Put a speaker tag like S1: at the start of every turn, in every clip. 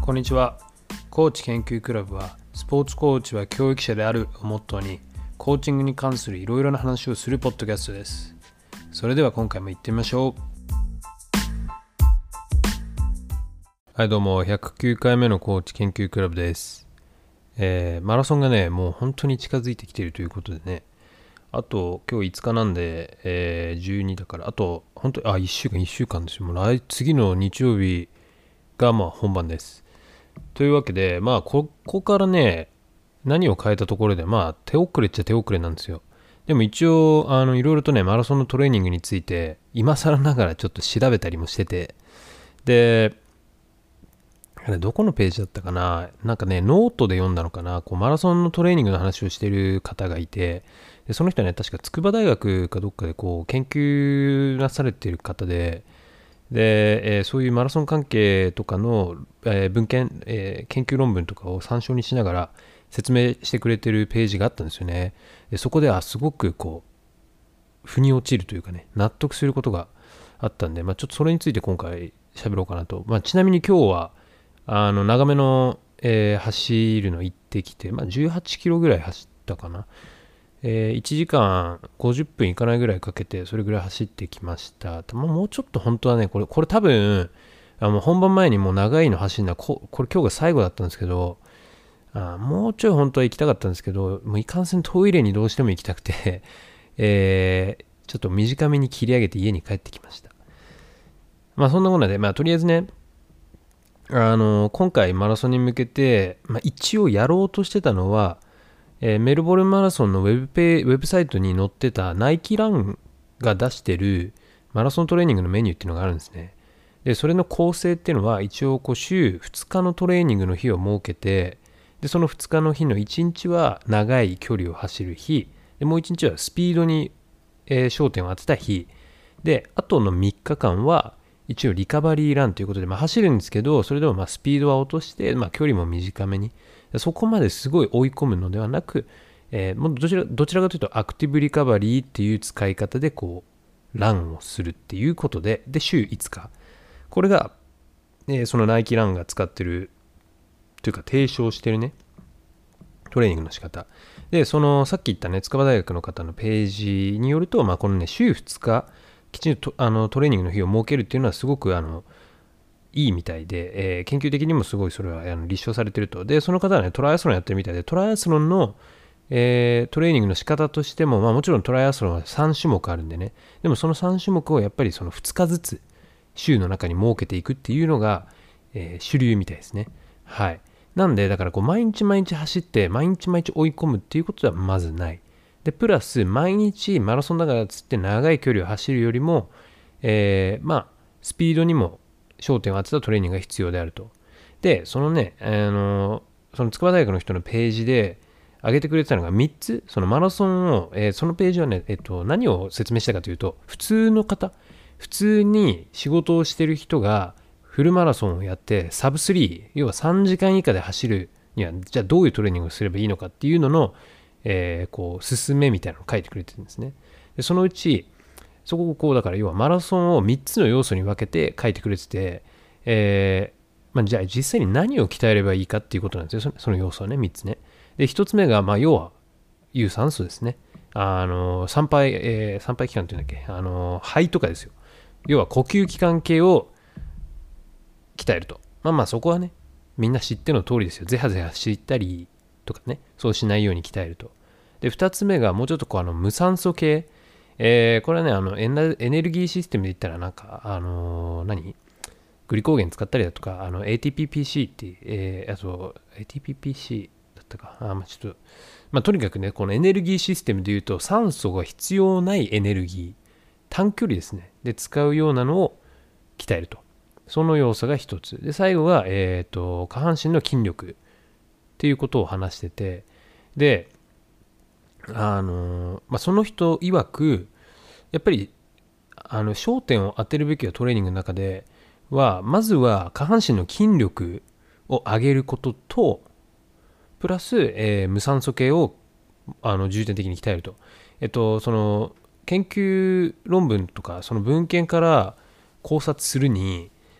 S1: こんにちは。コーチ研究クラブはスポーツコーチは教育者であるをモットーにコーチングに関するいろいろな話をするポッドキャストです。それでは今回も行ってみましょう。はいどうも、109回目のコーチ研究クラブです。マラソンがねもう本当に近づいてきているということでね、あと今日5日なんで、12だからあと本当1週間ですよ。もう次の日曜日が本番です。というわけでここからね何を変えたところで手遅れっちゃ手遅れなんですよ。でも一応いろいろとねマラソンのトレーニングについて今更ながらちょっと調べたりもしてて、であれどこのページだったかな、なんかねノートで読んだのかな、こうマラソンのトレーニングの話をしている方がいて、でその人はね確か筑波大学かどっかでこう研究なされている方で、そういうマラソン関係とかの、文献、研究論文とかを参照にしながら説明してくれてるページがあったんですよね。でそこですごくこう腑に落ちるというかね納得することがあったんで、ちょっとそれについて今回喋ろうかなと。ちなみに今日は長めの、走るの行ってきて、18キロぐらい走ったかな。1時間50分いかないぐらいかけてそれぐらい走ってきました。もうちょっと本当はねこれ多分本番前にもう長いの走るのはこれ今日が最後だったんですけど、もうちょい本当は行きたかったんですけど、もういかんせんトイレにどうしても行きたくてちょっと短めに切り上げて家に帰ってきました。そんなものでとりあえずね今回マラソンに向けて、一応やろうとしてたのは、メルボルンマラソンのウェブサイトに載ってたナイキランが出してるマラソントレーニングのメニューっていうのがあるんですね。でそれの構成っていうのは一応週2日のトレーニングの日を設けて、でその2日の日の1日は長い距離を走る日で、もう1日はスピードに、焦点を当てた日で、あとの3日間は一応リカバリーランということで、走るんですけどそれでもスピードは落として、距離も短めに、そこまですごい追い込むのではなく、もうどちらかというとアクティブリカバリーっていう使い方でこうランをするっていうことで、週5日これが、そのナイキランが使ってるというか提唱してるねトレーニングの仕方で、そのさっき言ったね筑波大学の方のページによると、このね週2日きちんとトレーニングの日を設けるっていうのはすごくいいみたいで、研究的にもすごいそれは立証されてると。でその方はねトライアスロンやってるみたいで、トライアスロンの、トレーニングの仕方としても、もちろんトライアスロンは3種目あるんでね、でもその3種目をやっぱりその2日ずつ週の中に設けていくっていうのが、主流みたいですね。はい。なんでだからこう毎日走って毎日追い込むっていうことはまずない。でプラス毎日マラソンだからっつって長い距離を走るよりも、スピードにも焦点を当てたトレーニングが必要であると。でそのね、その筑波大学の人のページで上げてくれてたのが3つ、そのマラソンを、そのページはね、何を説明したかというと、普通に仕事をしてる人がフルマラソンをやってサブ3、要は3時間以下で走るにはじゃあどういうトレーニングをすればいいのかっていうののこう進めみたいなのを書いてくれてるんですね。でそのうちそこをこうだから要はマラソンを3つの要素に分けて書いてくれてて、じゃあ実際に何を鍛えればいいかっていうことなんですよ。その要素はね3つね。で1つ目が要は有酸素ですね。参拝期間っていうんだっけ、肺とかですよ。要は呼吸器官系を鍛えると。そこはねみんな知っての通りですよ。ゼハゼハしたりとかね、そうしないように鍛えると。で2つ目がもうちょっとこう無酸素系、これはねエネルギーシステムで言ったらなんかグリコーゲン使ったりだとかATPPC って、あと ATPPC だったかちょっととにかくねこのエネルギーシステムで言うと酸素が必要ないエネルギー、短距離ですねで使うようなのを鍛えると。その要素が一つで、最後が、下半身の筋力っていうことを話してて、でその人曰くやっぱり焦点を当てるべきはトレーニングの中ではまずは下半身の筋力を上げることとプラス、無酸素系を重点的に鍛えると。その研究論文とかその文献から考察するに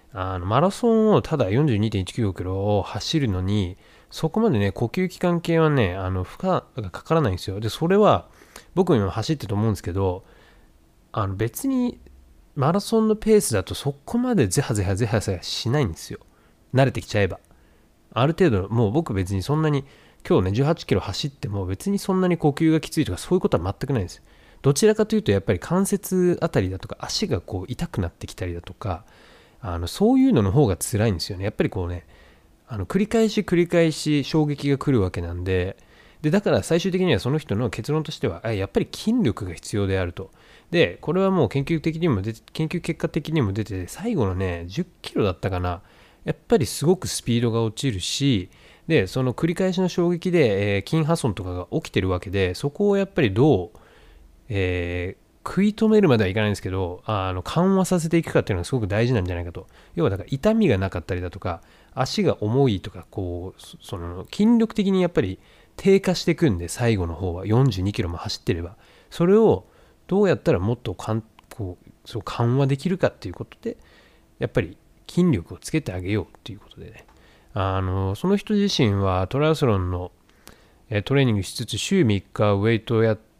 S1: マラソンをただ 42.195 キロを走るのに、そこまでね、呼吸器官系はね、負荷がかからないんですよ。で、それは、僕も今走ってると思うんですけど、別に、マラソンのペースだとそこまでゼハゼハゼハゼハしないんですよ。慣れてきちゃえば。ある程度、もう僕別にそんなに、今日ね、18キロ走っても別にそんなに呼吸がきついとかそういうことは全くないんです。どちらかというと、やっぱり関節あたりだとか、足がこう痛くなってきたりだとか、そういうのの方が辛いんですよね。やっぱりこうね、繰り返し繰り返し衝撃が来るわけなんで、だから最終的にはその人の結論としては、やっぱり筋力が必要であると。で、これはもう研究結果的にも出て、最後のね、10キロだったかな。やっぱりすごくスピードが落ちるし、で、その繰り返しの衝撃で、筋破損とかが起きてるわけで、そこをやっぱりどう、食い止めるまではいかないんですけど、緩和させていくかっていうのがすごく大事なんじゃないかと。要はだから痛みがなかったりだとか、足が重いとか、こう、その筋力的にやっぱり低下していくんで、最後の方は42キロも走ってれば、それをどうやったらもっとそう緩和できるかっていうことで、やっぱり筋力をつけてあげようっていうことでね。その人自身はトライアスロンのトレーニングしつつ週3日ウェイトをやって、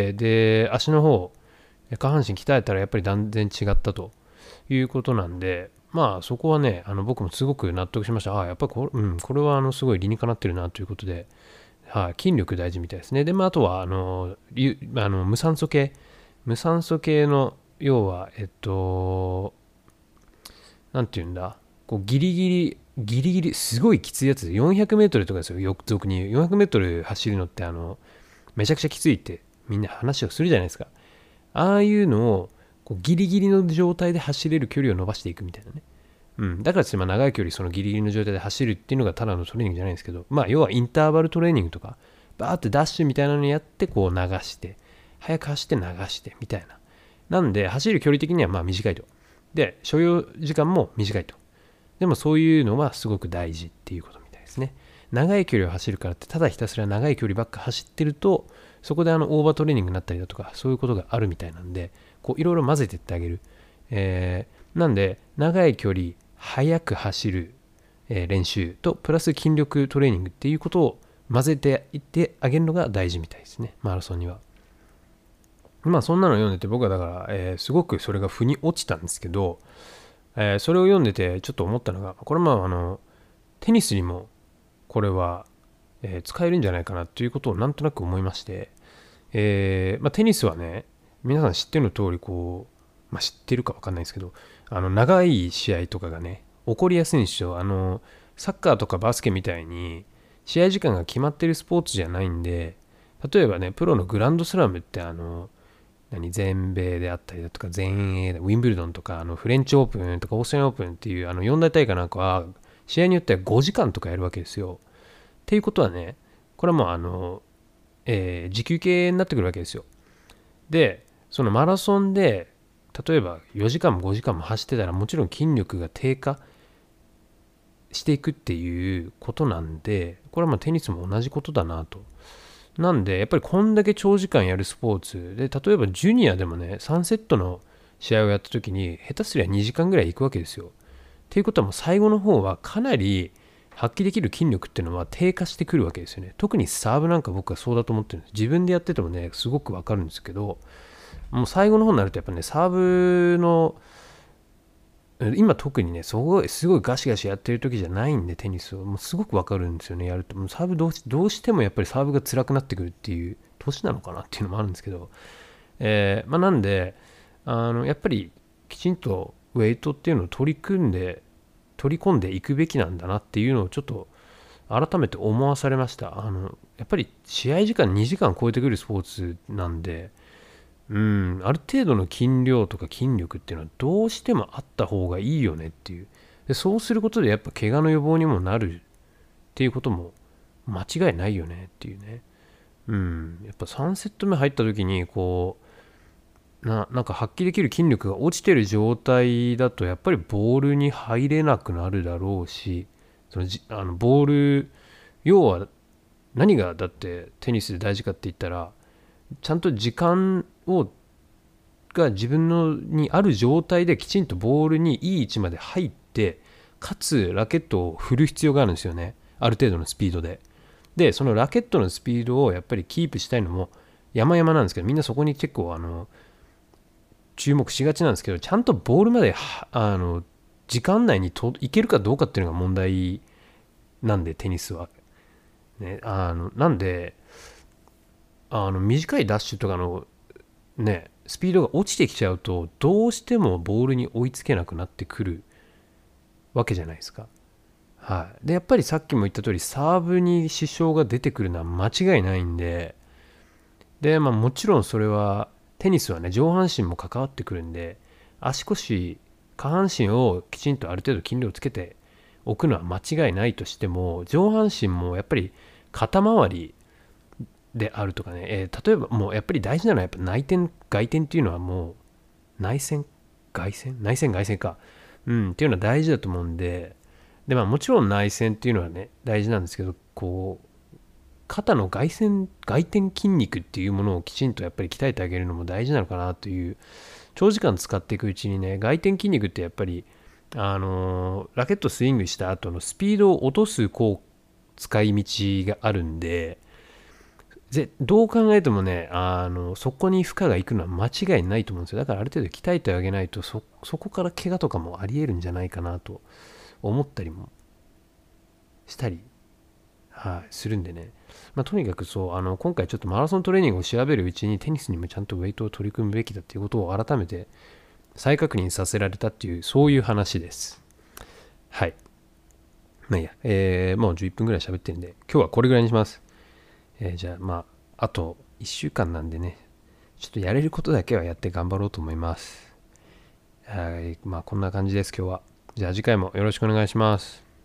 S1: で、足の方、下半身鍛えたらやっぱり断然違ったということなんで、まあそこはね、僕もすごく納得しました。やっぱりこれはすごい理にかなってるなということで、筋力大事みたいですね。で、まああとは、無酸素系の、要は、なんていうんだ、こうギリギリ、すごいきついやつで、400メートルとかですよ、俗に言う。400メートル走るのって、めちゃくちゃきついってみんな話をするじゃないですか。ああいうのをこうギリギリの状態で走れる距離を伸ばしていくみたいなね。だからまあ長い距離そのギリギリの状態で走るっていうのがただのトレーニングじゃないんですけど、まあ要はインターバルトレーニングとか、バーってダッシュみたいなのやってこう流して、早く走って流してみたいな。なんで走る距離的にはまあ短いと。で、所要時間も短いと。でもそういうのはすごく大事っていうことみたいですね。長い距離を走るからってただひたすら長い距離ばっか走ってると、そこでオーバートレーニングになったりだとかそういうことがあるみたいなんで、こういろいろ混ぜていってあげる。なんで長い距離速く走る、練習とプラス筋力トレーニングっていうことを混ぜていってあげるのが大事みたいですね、マラソンには。まあそんなの読んでて僕はだから、すごくそれが腑に落ちたんですけど、それを読んでてちょっと思ったのが、これテニスにもこれは、使えるんじゃないかなということをなんとなく思いまして、テニスはね、皆さん知ってるの通りこう、知ってるか分かんないですけど、長い試合とかがね起こりやすいんですよ。サッカーとかバスケみたいに試合時間が決まってるスポーツじゃないんで、例えばねプロのグランドスラムって全米であったりだとか全英ウィンブルドンとかフレンチオープンとかオーストラリアオープンっていう四大大会なんかは試合によっては5時間とかやるわけですよ。っていうことはね、これはもう持久系になってくるわけですよ。で、そのマラソンで例えば4時間も5時間も走ってたらもちろん筋力が低下していくっていうことなんで、これはまあテニスも同じことだなと。なんでやっぱりこんだけ長時間やるスポーツで、例えばジュニアでもね3セットの試合をやった時に下手すりゃ2時間ぐらい行くわけですよ。っていうことはもう最後の方はかなり発揮できる筋力っていうのは低下してくるわけですよね。特にサーブなんか僕はそうだと思ってるんです。自分でやっててもねすごくわかるんですけど、もう最後の方になるとやっぱねサーブの今特にねすごいガシガシやってる時じゃないんで、テニスをもうすごくわかるんですよね。やるともうサーブどうしてもやっぱりサーブが辛くなってくるっていう年なのかなっていうのもあるんですけど、なんでやっぱりきちんとウェイトっていうのを取り込んでいくべきなんだなっていうのをちょっと改めて思わされました。やっぱり試合時間2時間超えてくるスポーツなんで、ある程度の筋量とか筋力っていうのはどうしてもあった方がいいよねっていう。でそうすることでやっぱ怪我の予防にもなるっていうことも間違いないよねっていうね。やっぱ3セット目入った時にこうなんか発揮できる筋力が落ちてる状態だとやっぱりボールに入れなくなるだろうし、ボール、要は何がだってテニスで大事かって言ったら、ちゃんと時間が自分のにある状態できちんとボールにいい位置まで入って、かつラケットを振る必要があるんですよね。ある程度のスピードで。で、そのラケットのスピードをやっぱりキープしたいのも山々なんですけど、みんなそこに結構注目しがちなんですけど、ちゃんとボールまで時間内にいけるかどうかっていうのが問題なんで、テニスは。ね、なんで、短いダッシュとかのね、スピードが落ちてきちゃうと、どうしてもボールに追いつけなくなってくるわけじゃないですか。はい。で、やっぱりさっきも言った通り、サーブに支障が出てくるのは間違いないんで、で、まあもちろんそれは、テニスはね、上半身も関わってくるんで、足腰、下半身をきちんとある程度筋量つけておくのは間違いないとしても、上半身もやっぱり肩周りであるとかね、例えばもうやっぱり大事なのはやっぱ内転、外転っていうのはもう内旋、外旋か。っていうのは大事だと思うんで、で、まあもちろん内旋っていうのはね、大事なんですけど、こう、肩の外転筋肉っていうものをきちんとやっぱり鍛えてあげるのも大事なのかなという、長時間使っていくうちにね、外転筋肉ってやっぱり、ラケットスイングした後のスピードを落とす使い道があるんで、どう考えてもね、そこに負荷がいくのは間違いないと思うんですよ。だからある程度鍛えてあげないと、そこから怪我とかもありえるんじゃないかなと思ったりもしたり、するんでね。まあ、とにかくそう、今回ちょっとマラソントレーニングを調べるうちにテニスにもちゃんとウェイトを取り組むべきだっていうことを改めて再確認させられたっていう、そういう話です。はい。まあいいや、もう11分ぐらい喋ってるんで、今日はこれぐらいにします。じゃあ、まあ、あと1週間なんでね、ちょっとやれることだけはやって頑張ろうと思います。はい。まあ、こんな感じです、今日は。じゃあ次回もよろしくお願いします。